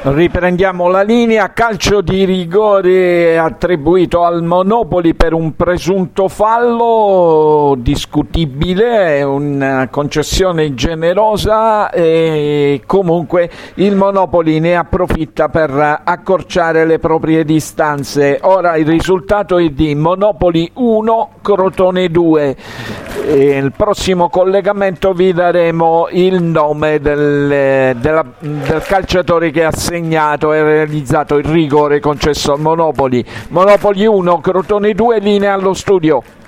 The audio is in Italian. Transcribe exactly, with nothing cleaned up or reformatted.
Riprendiamo la linea. Calcio di rigore attribuito al Monopoli per un presunto fallo discutibile, una concessione generosa, e comunque il Monopoli ne approfitta per accorciare le proprie distanze. Ora il risultato è di Monopoli uno, Crotone due. E nel prossimo collegamento vi daremo il nome del, della, del calciatore che ha segnato e realizzato il rigore concesso al Monopoli. Monopoli uno, Crotone due, linea allo studio.